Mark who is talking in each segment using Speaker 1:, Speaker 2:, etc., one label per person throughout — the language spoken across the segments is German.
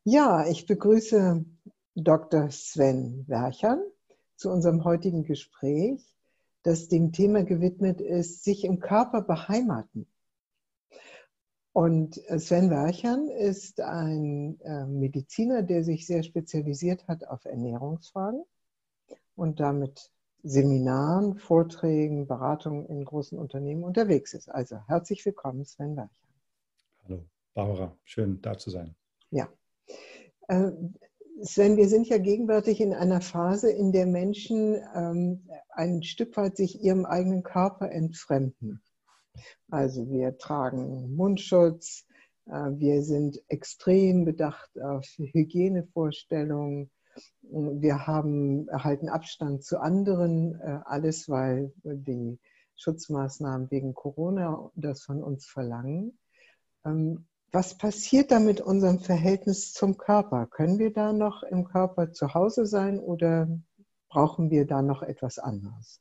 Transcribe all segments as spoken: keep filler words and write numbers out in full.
Speaker 1: Ja, ich begrüße Doktor Sven Werchern zu unserem heutigen Gespräch, das dem Thema gewidmet ist, sich im Körper beheimaten. Und Sven Werchern ist ein äh, Mediziner, der sich sehr spezialisiert hat auf Ernährungsfragen und damit Seminaren, Vorträgen, Beratungen in großen Unternehmen unterwegs ist. Also herzlich willkommen, Sven Werchern.
Speaker 2: Hallo, Barbara, schön da zu sein.
Speaker 1: Ja. Äh, Sven, wir sind ja gegenwärtig in einer Phase, in der Menschen ähm, ein Stück weit sich ihrem eigenen Körper entfremden. Also wir tragen Mundschutz, äh, wir sind extrem bedacht auf Hygienevorstellungen, wir haben, erhalten Abstand zu anderen, äh, alles weil die Schutzmaßnahmen wegen Corona das von uns verlangen. Ähm, Was passiert da mit unserem Verhältnis zum Körper? Können wir da noch im Körper zu Hause sein oder brauchen wir da noch etwas anderes?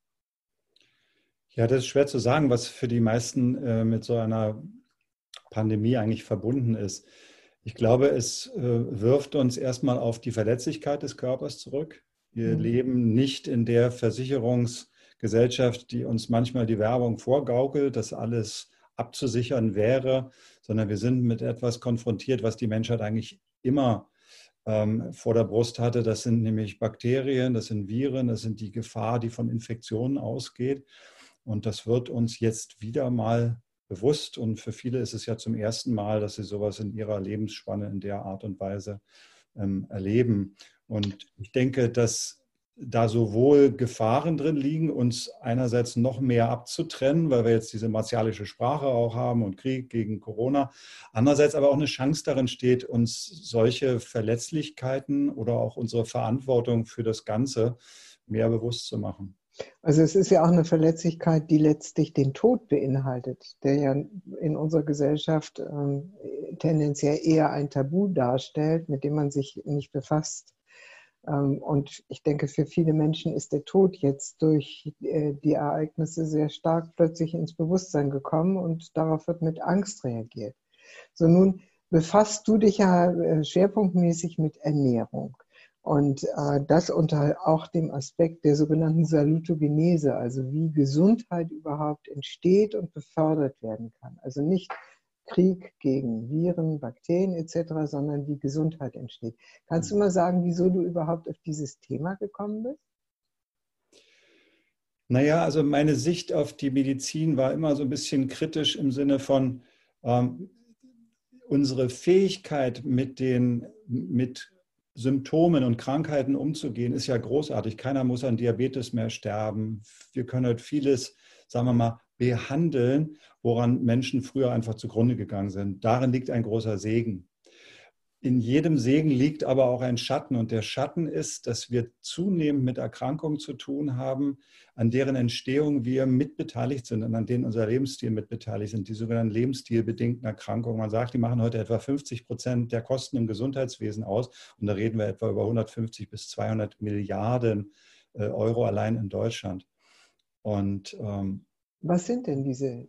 Speaker 2: Ja, das ist schwer zu sagen, was für die meisten äh, mit so einer Pandemie eigentlich verbunden ist. Ich glaube, es äh, wirft uns erstmal auf die Verletzlichkeit des Körpers zurück. Wir
Speaker 1: Mhm.
Speaker 2: leben nicht in der Versicherungsgesellschaft, die uns manchmal die Werbung vorgaukelt, dass alles abzusichern wäre, sondern wir sind mit etwas konfrontiert, was die Menschheit eigentlich immer ähm, vor der Brust hatte. Das sind nämlich Bakterien, das sind Viren, das sind die Gefahr, die von Infektionen ausgeht. Und das wird uns jetzt wieder mal bewusst. Und für viele ist es ja zum ersten Mal, dass sie sowas in ihrer Lebensspanne in der Art und Weise ähm, erleben. Und ich denke, dass da sowohl Gefahren drin liegen, uns einerseits noch mehr abzutrennen, weil wir jetzt diese martialische Sprache auch haben und Krieg gegen Corona. Andererseits aber auch eine Chance darin steht, uns solche Verletzlichkeiten oder auch unsere Verantwortung für das Ganze mehr bewusst zu machen.
Speaker 1: Also es ist ja auch eine Verletzlichkeit, die letztlich den Tod beinhaltet, der ja in unserer Gesellschaft ähm, tendenziell eher ein Tabu darstellt, mit dem man sich nicht befasst. Ähm, und ich denke, für viele Menschen ist der Tod jetzt durch äh, die Ereignisse sehr stark plötzlich ins Bewusstsein gekommen und darauf wird mit Angst reagiert. So, nun befasst du dich ja äh, schwerpunktmäßig mit Ernährung. Und äh, das unter auch dem Aspekt der sogenannten Salutogenese, also wie Gesundheit überhaupt entsteht und befördert werden kann. Also nicht Krieg gegen Viren, Bakterien et cetera, sondern wie Gesundheit entsteht. Kannst du mal sagen, wieso du überhaupt auf dieses Thema gekommen bist?
Speaker 2: Naja, also meine Sicht auf die Medizin war immer so ein bisschen kritisch im Sinne von ähm, unsere Fähigkeit mit den, mit Symptomen und Krankheiten umzugehen, ist ja großartig. Keiner muss an Diabetes mehr sterben. Wir können halt vieles, sagen wir mal, behandeln, woran Menschen früher einfach zugrunde gegangen sind. Darin liegt ein großer Segen. In jedem Segen liegt aber auch ein Schatten. Und der Schatten ist, dass wir zunehmend mit Erkrankungen zu tun haben, an deren Entstehung wir mitbeteiligt sind und an denen unser Lebensstil mitbeteiligt sind, die sogenannten lebensstilbedingten Erkrankungen. Man sagt, die machen heute etwa fünfzig Prozent der Kosten im Gesundheitswesen aus. Und da reden wir etwa über hundertfünfzig bis zweihundert Milliarden Euro allein in Deutschland. Und ähm,
Speaker 1: was sind denn diese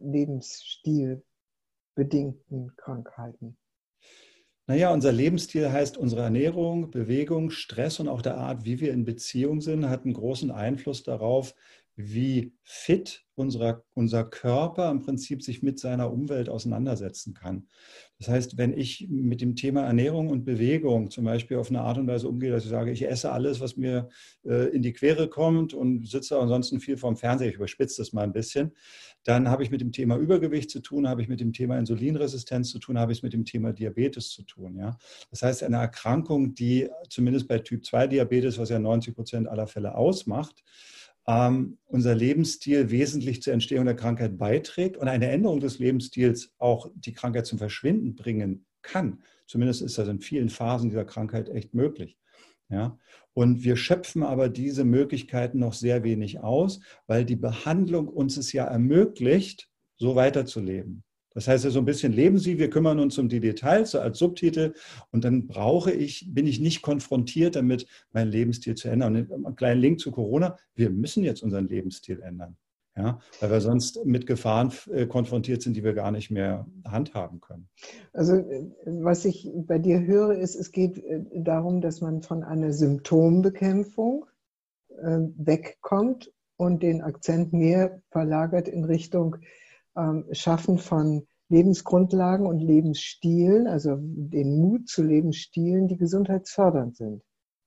Speaker 1: lebensstilbedingten Krankheiten?
Speaker 2: Naja, unser Lebensstil heißt, unsere Ernährung, Bewegung, Stress und auch der Art, wie wir in Beziehung sind, hat einen großen Einfluss darauf, wie fit unser, unser Körper im Prinzip sich mit seiner Umwelt auseinandersetzen kann. Das heißt, wenn ich mit dem Thema Ernährung und Bewegung zum Beispiel auf eine Art und Weise umgehe, dass ich sage, ich esse alles, was mir äh, in die Quere kommt und sitze ansonsten viel vorm Fernseher, ich überspitze das mal ein bisschen, dann habe ich mit dem Thema Übergewicht zu tun, habe ich mit dem Thema Insulinresistenz zu tun, habe ich es mit dem Thema Diabetes zu tun. Ja? Das heißt, eine Erkrankung, die zumindest bei Typ zwei Diabetes, was ja neunzig Prozent aller Fälle ausmacht, ähm, unser Lebensstil wesentlich zur Entstehung der Krankheit beiträgt und eine Änderung des Lebensstils auch die Krankheit zum Verschwinden bringen kann. Zumindest ist das in vielen Phasen dieser Krankheit echt möglich. Ja? Und wir schöpfen aber diese Möglichkeiten noch sehr wenig aus, weil die Behandlung uns es ja ermöglicht, so weiterzuleben. Das heißt ja so ein bisschen, leben Sie, wir kümmern uns um die Details, so als Subtitel. Und dann brauche ich, bin ich nicht konfrontiert damit, meinen Lebensstil zu ändern. Und ein kleiner Link zu Corona, wir müssen jetzt unseren Lebensstil ändern. Ja, weil wir sonst mit Gefahren äh, konfrontiert sind, die wir gar nicht mehr handhaben können.
Speaker 1: Also was ich bei dir höre, ist, es geht darum, dass man von einer Symptombekämpfung äh, wegkommt und den Akzent mehr verlagert in Richtung ähm, Schaffen von Lebensgrundlagen und Lebensstilen, also den Mut zu Lebensstilen, die gesundheitsfördernd sind.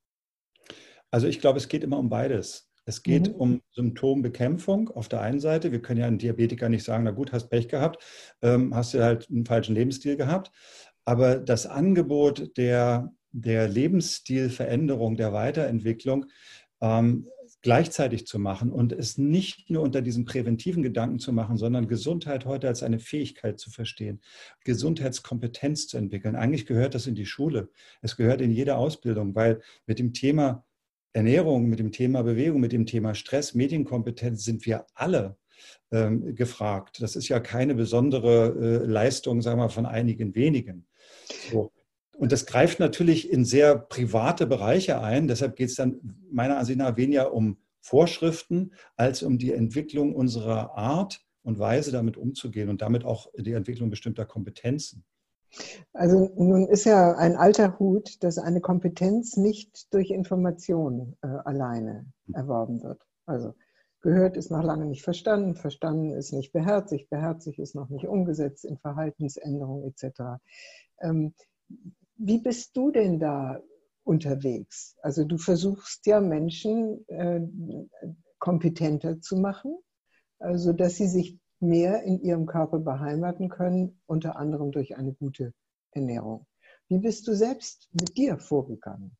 Speaker 2: Also ich glaube, es geht immer um beides. Es geht
Speaker 1: Mhm.
Speaker 2: um Symptombekämpfung auf der einen Seite. Wir können ja einem Diabetiker nicht sagen, na gut, hast Pech gehabt, ähm, hast du halt einen falschen Lebensstil gehabt. Aber das Angebot der, der Lebensstilveränderung, der Weiterentwicklung ähm, gleichzeitig zu machen und es nicht nur unter diesem präventiven Gedanken zu machen, sondern Gesundheit heute als eine Fähigkeit zu verstehen, Gesundheitskompetenz zu entwickeln. Eigentlich gehört das in die Schule. Es gehört in jede Ausbildung, weil mit dem Thema Ernährung, mit dem Thema Bewegung, mit dem Thema Stress, Medienkompetenz sind wir alle ähm, gefragt. Das ist ja keine besondere äh, Leistung, sagen wir, von einigen wenigen. So. Und das greift natürlich in sehr private Bereiche ein. Deshalb geht es dann meiner Ansicht nach weniger um Vorschriften als um die Entwicklung unserer Art und Weise, damit umzugehen und damit auch die Entwicklung bestimmter Kompetenzen.
Speaker 1: Also nun ist ja ein alter Hut, dass eine Kompetenz nicht durch Information äh, alleine erworben wird. Also gehört ist noch lange nicht verstanden, verstanden ist nicht beherzigt, beherzigt ist noch nicht umgesetzt in Verhaltensänderungen et cetera. Ähm, wie bist du denn da unterwegs? Also du versuchst ja Menschen äh, kompetenter zu machen, also dass sie sich mehr in ihrem Körper beheimaten können, unter anderem durch eine gute Ernährung. Wie bist du selbst mit dir vorgegangen?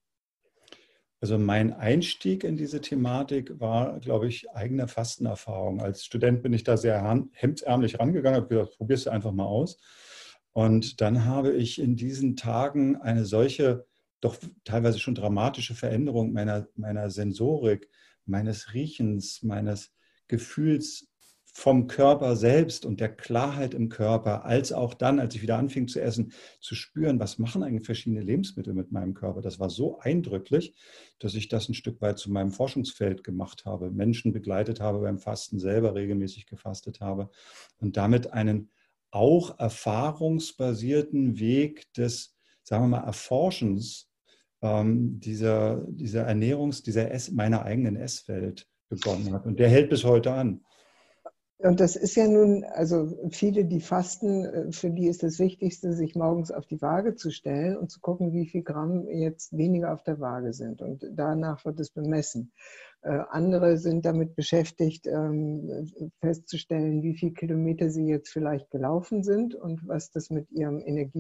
Speaker 2: Also mein Einstieg in diese Thematik war, glaube ich, eigene Fastenerfahrung. Als Student bin ich da sehr hemdsärmlich rangegangen, habe gesagt, probier's einfach mal aus. Und dann habe ich in diesen Tagen eine solche, doch teilweise schon dramatische Veränderung meiner, meiner Sensorik, meines Riechens, meines Gefühls vom Körper selbst und der Klarheit im Körper, als auch dann, als ich wieder anfing zu essen, zu spüren, was machen eigentlich verschiedene Lebensmittel mit meinem Körper. Das war so eindrücklich, dass ich das ein Stück weit zu meinem Forschungsfeld gemacht habe, Menschen begleitet habe beim Fasten, selber regelmäßig gefastet habe und damit einen auch erfahrungsbasierten Weg des, sagen wir mal, Erforschens ähm, dieser, dieser Ernährungs-, dieser Ess-, meiner eigenen Esswelt begonnen hat. Und der hält bis heute an.
Speaker 1: Und das ist ja nun, also viele, die fasten, für die ist das Wichtigste, sich morgens auf die Waage zu stellen und zu gucken, wie viel Gramm jetzt weniger auf der Waage sind. Und danach wird es bemessen. Andere sind damit beschäftigt, festzustellen, wie viele Kilometer sie jetzt vielleicht gelaufen sind und was das mit ihrem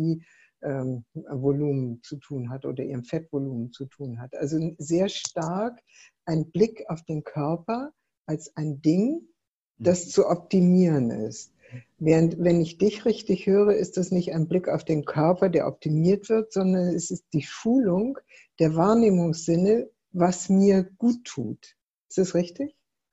Speaker 1: Energievolumen zu tun hat oder ihrem Fettvolumen zu tun hat. Also sehr stark ein Blick auf den Körper als ein Ding, das zu optimieren ist. Während, wenn ich dich richtig höre, ist das nicht ein Blick auf den Körper, der optimiert wird, sondern es ist die Schulung der Wahrnehmungssinne, was mir gut tut. Ist das richtig?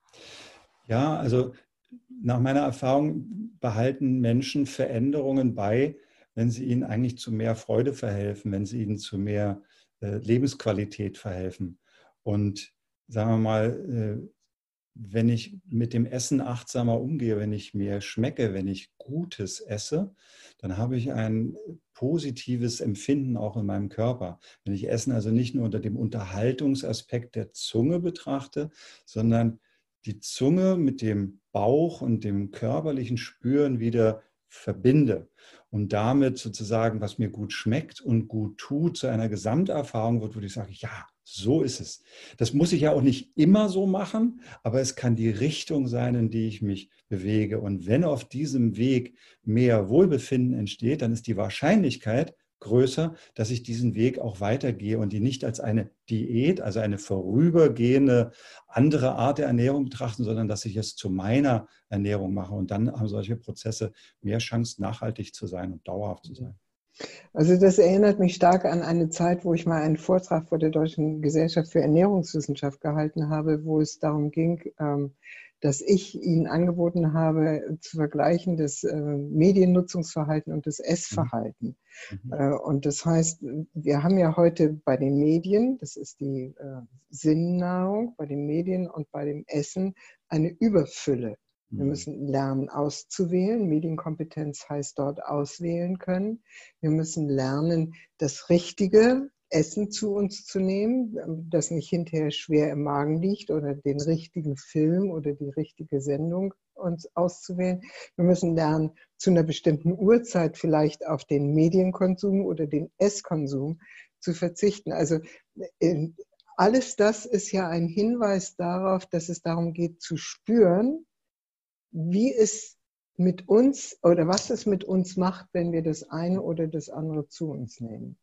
Speaker 2: Ja, also nach meiner Erfahrung behalten Menschen Veränderungen bei, wenn sie ihnen eigentlich zu mehr Freude verhelfen, wenn sie ihnen zu mehr äh, Lebensqualität verhelfen. Und sagen wir mal, äh, wenn ich mit dem Essen achtsamer umgehe, wenn ich mir schmecke, wenn ich Gutes esse, dann habe ich ein positives Empfinden auch in meinem Körper. Wenn ich Essen also nicht nur unter dem Unterhaltungsaspekt der Zunge betrachte, sondern die Zunge mit dem Bauch und dem körperlichen Spüren wieder verbinde und damit sozusagen, was mir gut schmeckt und gut tut, zu einer Gesamterfahrung wird, wo ich sage, ja, so ist es. Das muss ich ja auch nicht immer so machen, aber es kann die Richtung sein, in die ich mich bewege. Und wenn auf diesem Weg mehr Wohlbefinden entsteht, dann ist die Wahrscheinlichkeit größer, dass ich diesen Weg auch weitergehe und die nicht als eine Diät, also eine vorübergehende andere Art der Ernährung betrachten, sondern dass ich es zu meiner Ernährung mache. Und dann haben solche Prozesse mehr Chance, nachhaltig zu sein und dauerhaft zu sein.
Speaker 1: Also das erinnert mich stark an eine Zeit, wo ich mal einen Vortrag vor der Deutschen Gesellschaft für Ernährungswissenschaft gehalten habe, wo es darum ging, dass ich Ihnen angeboten habe, zu vergleichen das Mediennutzungsverhalten und das Essverhalten. Mhm. Und das heißt, wir haben ja heute bei den Medien, das ist die Sinnnahrung, bei den Medien und bei dem Essen eine Überfülle Wir müssen lernen, auszuwählen. Medienkompetenz heißt dort auswählen können. Wir müssen lernen, das richtige Essen zu uns zu nehmen, das nicht hinterher schwer im Magen liegt, oder den richtigen Film oder die richtige Sendung uns auszuwählen. Wir müssen lernen, zu einer bestimmten Uhrzeit vielleicht auf den Medienkonsum oder den Esskonsum zu verzichten. Also alles das ist ja ein Hinweis darauf, dass es darum geht zu spüren, wie es mit uns oder was es mit uns macht, wenn wir das eine oder das andere zu uns nehmen.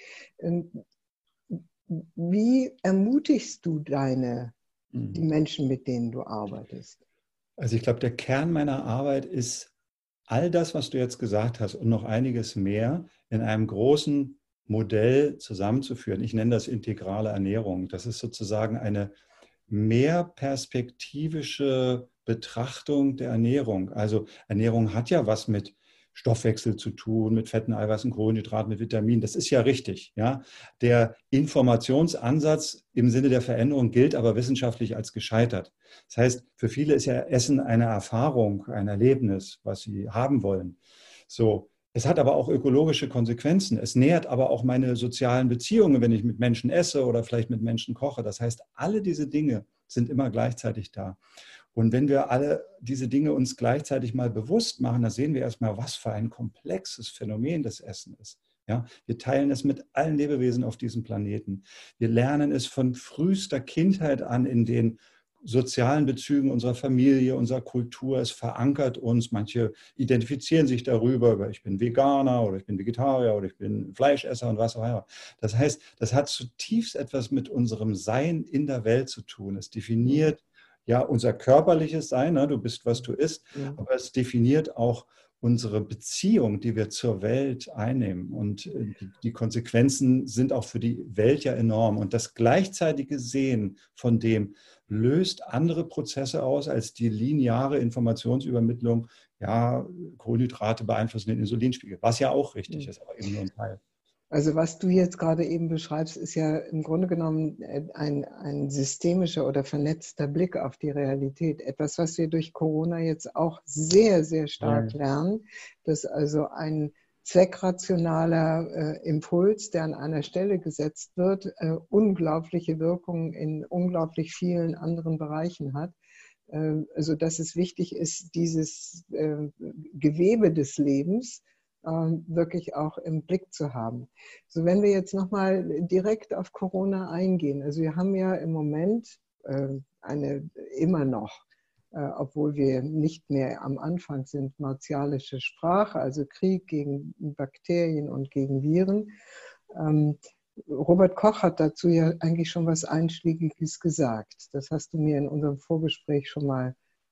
Speaker 1: Wie ermutigst du deine, die Menschen, mit denen du arbeitest?
Speaker 2: Also ich glaube, der Kern meiner Arbeit ist all das, was du jetzt gesagt hast und noch einiges mehr in einem großen Modell zusammenzuführen. Ich nenne das integrale Ernährung. Das ist sozusagen eine mehr perspektivische Betrachtung der Ernährung. Also Ernährung hat ja was mit Stoffwechsel zu tun, mit Fetten, Eiweißen, Kohlenhydraten, mit Vitaminen. Das ist ja richtig. Ja? Der Informationsansatz im Sinne der Veränderung gilt aber wissenschaftlich als gescheitert. Das heißt, für viele ist ja Essen eine Erfahrung, ein Erlebnis, was sie haben wollen. So. Es hat aber auch ökologische Konsequenzen. Es nährt aber auch meine sozialen Beziehungen, wenn ich mit Menschen esse oder vielleicht mit Menschen koche. Das heißt, alle diese Dinge sind immer gleichzeitig da. Und wenn wir alle diese Dinge uns gleichzeitig mal bewusst machen, dann sehen wir erstmal, was für ein komplexes Phänomen das Essen ist. Ja, wir teilen es mit allen Lebewesen auf diesem Planeten. Wir lernen es von frühester Kindheit an in den sozialen Bezügen unserer Familie, unserer Kultur. Es verankert uns. Manche identifizieren sich darüber, ich bin Veganer oder ich bin Vegetarier oder ich bin Fleischesser und was auch immer. Das heißt, das hat zutiefst etwas mit unserem Sein in der Welt zu tun. Es definiert ja unser körperliches Sein, ne? Du bist, was du isst, ja. Aber es definiert auch unsere Beziehung, die wir zur Welt einnehmen. Und die, die Konsequenzen sind auch für die Welt ja enorm. Und das gleichzeitige Sehen von dem löst andere Prozesse aus als die lineare Informationsübermittlung. Ja, Kohlenhydrate beeinflussen den Insulinspiegel, was ja auch richtig ist, aber eben nur ein Teil.
Speaker 1: Also was du jetzt gerade eben beschreibst, ist ja im Grunde genommen ein, ein systemischer oder vernetzter Blick auf die Realität. Etwas, was wir durch Corona jetzt auch sehr, sehr stark ja. lernen, dass also ein zweckrationaler äh, Impuls, der an einer Stelle gesetzt wird, äh, unglaubliche Wirkungen in unglaublich vielen anderen Bereichen hat. Äh, also dass es wichtig ist, dieses äh, Gewebe des Lebens wirklich auch im Blick zu haben. So, wenn wir jetzt nochmal direkt auf Corona eingehen. Also wir haben ja im Moment äh, eine immer noch, äh, obwohl wir nicht mehr am Anfang sind, martialische Sprache, also Krieg gegen Bakterien und gegen Viren. Ähm, Robert Koch hat dazu ja eigentlich schon was Einschlägiges gesagt. Das hast du mir in unserem Vorgespräch schon mal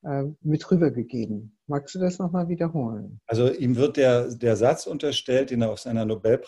Speaker 1: mit rübergegeben. Magst du das nochmal wiederholen?
Speaker 2: Also ihm wird der, der Satz unterstellt, den er auf seiner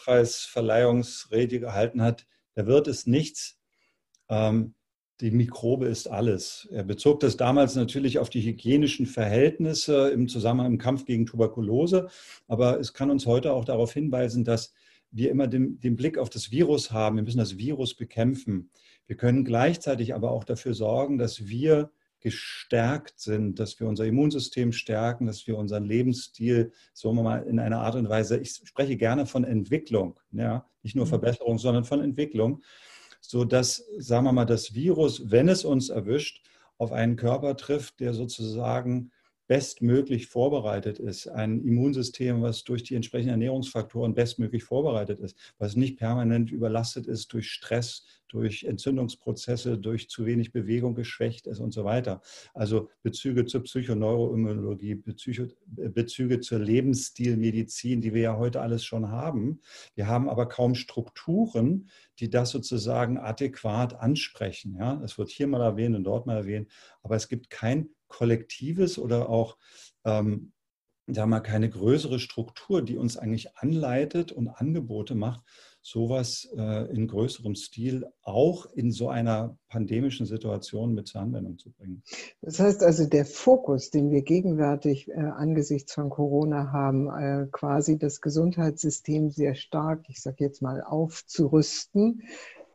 Speaker 2: Nobelpreisverleihungsrede gehalten hat, da wird es nichts, ähm, die Mikrobe ist alles. Er bezog das damals natürlich auf die hygienischen Verhältnisse im Zusammenhang im Kampf gegen Tuberkulose, aber es kann uns heute auch darauf hinweisen, dass wir immer den, den Blick auf das Virus haben. Wir müssen das Virus bekämpfen. Wir können gleichzeitig aber auch dafür sorgen, dass wir gestärkt sind, dass wir unser Immunsystem stärken, dass wir unseren Lebensstil, sagen wir mal, in einer Art und Weise, ich spreche gerne von Entwicklung, ja, nicht nur Verbesserung, sondern von Entwicklung, sodass, sagen wir mal, das Virus, wenn es uns erwischt, auf einen Körper trifft, der sozusagen bestmöglich vorbereitet ist. Ein Immunsystem, was durch die entsprechenden Ernährungsfaktoren bestmöglich vorbereitet ist, was nicht permanent überlastet ist durch Stress, durch Entzündungsprozesse, durch zu wenig Bewegung geschwächt ist und so weiter. Also Bezüge zur Psychoneuroimmunologie, Bezüge, Bezüge zur Lebensstilmedizin, die wir ja heute alles schon haben. Wir haben aber kaum Strukturen, die das sozusagen adäquat ansprechen. Ja, das wird hier mal erwähnt und dort mal erwähnt, aber es gibt kein kollektives oder auch ähm, da mal keine größere Struktur, die uns eigentlich anleitet und Angebote macht, sowas äh, in größerem Stil auch in so einer pandemischen Situation mit zur Anwendung zu bringen.
Speaker 1: Das heißt also, der Fokus, den wir gegenwärtig äh, angesichts von Corona haben, äh, quasi das Gesundheitssystem sehr stark, ich sage jetzt mal, aufzurüsten,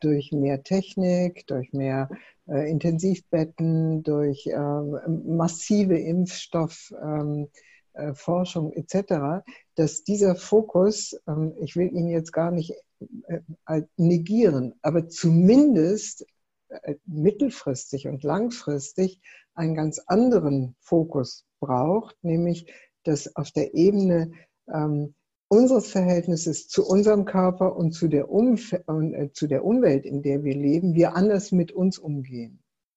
Speaker 1: durch mehr Technik, durch mehr äh, Intensivbetten, durch äh, massive Impfstoffforschung ähm, äh, et cetera, dass dieser Fokus, ähm, ich will ihn jetzt gar nicht äh, negieren, aber zumindest äh, mittelfristig und langfristig einen ganz anderen Fokus braucht, nämlich dass auf der Ebene ähm, unseres Verhältnisses zu unserem Körper und zu der, Umf- äh, zu der Umwelt, in der wir leben, wir anders mit uns umgehen.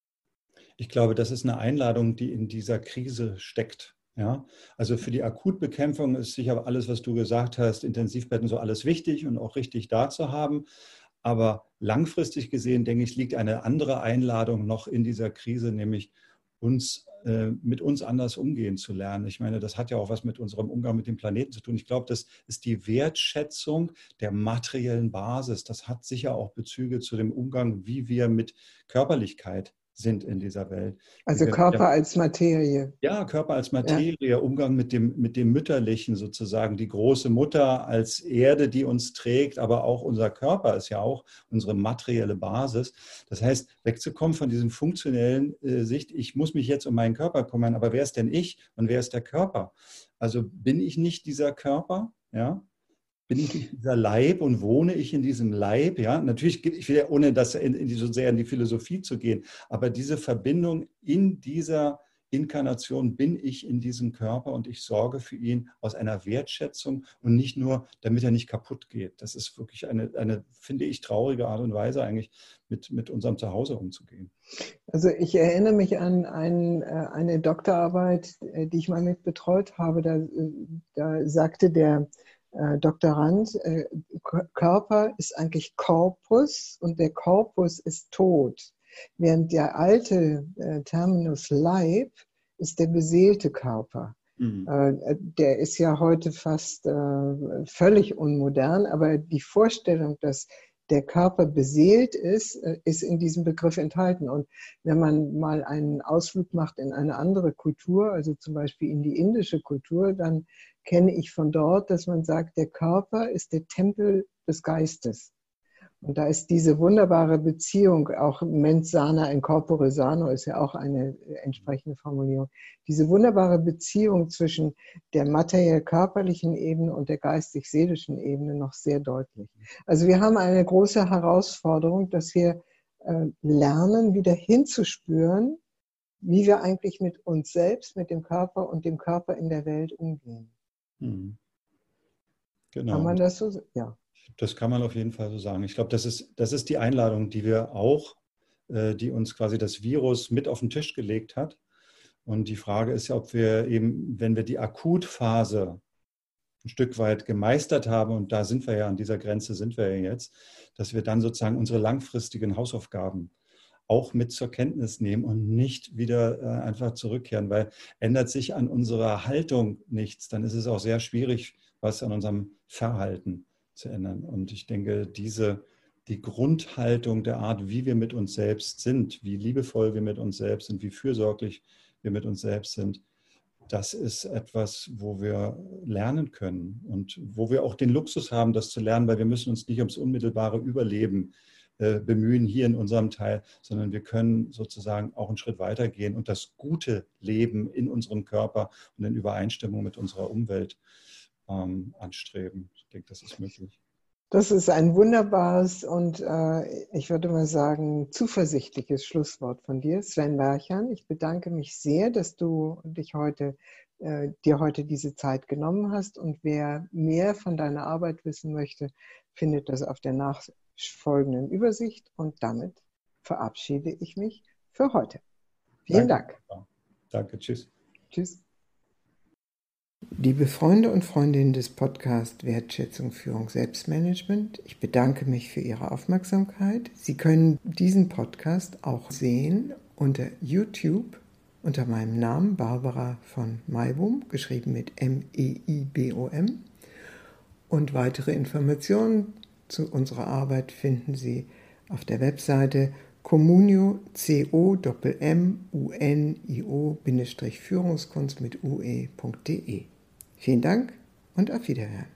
Speaker 2: Ich glaube, das ist eine Einladung, die in dieser Krise steckt. Ja, also für die Akutbekämpfung ist sicher alles, was du gesagt hast, Intensivbetten, so alles wichtig und auch richtig da zu haben. Aber langfristig gesehen, denke ich, liegt eine andere Einladung noch in dieser Krise, nämlich uns äh, mit uns anders umgehen zu lernen. Ich meine, das hat ja auch was mit unserem Umgang mit dem Planeten zu tun. Ich glaube, das ist die Wertschätzung der materiellen Basis. Das hat sicher auch Bezüge zu dem Umgang, wie wir mit Körperlichkeit sind in dieser Welt.
Speaker 1: Also Körper als Materie.
Speaker 2: Ja, Körper als Materie,
Speaker 1: Ja.
Speaker 2: Umgang mit dem, mit dem Mütterlichen sozusagen, die große Mutter als Erde, die uns trägt, aber auch unser Körper ist ja auch unsere materielle Basis. Das heißt, wegzukommen von diesem funktionellen äh, Sicht, ich muss mich jetzt um meinen Körper kümmern, aber wer ist denn ich und wer ist der Körper? Also bin ich nicht dieser Körper? Ja. Bin ich nicht dieser Leib und wohne ich in diesem Leib? Ja, natürlich, ich will ja, ohne das in, in die, so sehr in die Philosophie zu gehen, aber diese Verbindung in dieser Inkarnation bin ich in diesem Körper und ich sorge für ihn aus einer Wertschätzung und nicht nur, damit er nicht kaputt geht. Das ist wirklich eine, eine finde ich, traurige Art und Weise eigentlich, mit, mit unserem Zuhause umzugehen.
Speaker 1: Also ich erinnere mich an ein, eine Doktorarbeit, die ich mal mit betreut habe. Da, da sagte der Doktorand, Körper ist eigentlich Corpus und der Corpus ist tot. Während der alte Terminus Leib ist der beseelte Körper. Mhm. Der ist ja heute fast völlig unmodern, aber die Vorstellung, dass der Körper beseelt ist, ist in diesem Begriff enthalten. Und wenn man mal einen Ausflug macht in eine andere Kultur, also zum Beispiel in die indische Kultur, dann kenne ich von dort, dass man sagt, der Körper ist der Tempel des Geistes. Und da ist diese wunderbare Beziehung, auch mens sana in corpore sano ist ja auch eine entsprechende Formulierung, diese wunderbare Beziehung zwischen der materiell-körperlichen Ebene und der geistig-seelischen Ebene noch sehr deutlich. Also wir haben eine große Herausforderung, dass wir äh, lernen, wieder hinzuspüren, wie wir eigentlich mit uns selbst, mit dem Körper und dem Körper in der Welt umgehen.
Speaker 2: Hm. Genau.
Speaker 1: Kann man das so? Ja.
Speaker 2: Das kann man auf jeden Fall so sagen. Ich glaube, das ist, das ist die Einladung, die wir auch, äh, die uns quasi das Virus mit auf den Tisch gelegt hat. Und die Frage ist ja, ob wir eben, wenn wir die Akutphase ein Stück weit gemeistert haben, und da sind wir ja, an dieser Grenze sind wir ja jetzt, dass wir dann sozusagen unsere langfristigen Hausaufgaben auch mit zur Kenntnis nehmen und nicht wieder äh, einfach zurückkehren, weil ändert sich an unserer Haltung nichts, dann ist es auch sehr schwierig, was an unserem Verhalten zu ändern. Und ich denke, diese, die Grundhaltung der Art, wie wir mit uns selbst sind, wie liebevoll wir mit uns selbst sind, wie fürsorglich wir mit uns selbst sind, das ist etwas, wo wir lernen können und wo wir auch den Luxus haben, das zu lernen, weil wir müssen uns nicht ums unmittelbare Überleben äh, bemühen hier in unserem Teil, sondern wir können sozusagen auch einen Schritt weiter gehen und das gute Leben in unserem Körper und in Übereinstimmung mit unserer Umwelt ähm, anstreben. Ich denke, das ist möglich.
Speaker 1: Das ist ein wunderbares und äh, ich würde mal sagen zuversichtliches Schlusswort von dir, Sven Werchan. Ich bedanke mich sehr, dass du dich heute, äh, dir heute diese Zeit genommen hast, und wer mehr von deiner Arbeit wissen möchte, findet das auf der nachfolgenden Übersicht, und damit verabschiede ich mich für heute. Vielen
Speaker 2: Danke.
Speaker 1: Dank.
Speaker 2: Danke, tschüss.
Speaker 1: Tschüss. Liebe Freunde und Freundinnen des Podcasts Wertschätzung, Führung, Selbstmanagement, ich bedanke mich für Ihre Aufmerksamkeit. Sie können diesen Podcast auch sehen unter YouTube unter meinem Namen Barbara von Meibom, geschrieben mit M E I B O M. Und weitere Informationen zu unserer Arbeit finden Sie auf der Webseite Communio, C O M M U N I O Führungskunst mit U E punkt de. Vielen Dank und auf Wiederhören.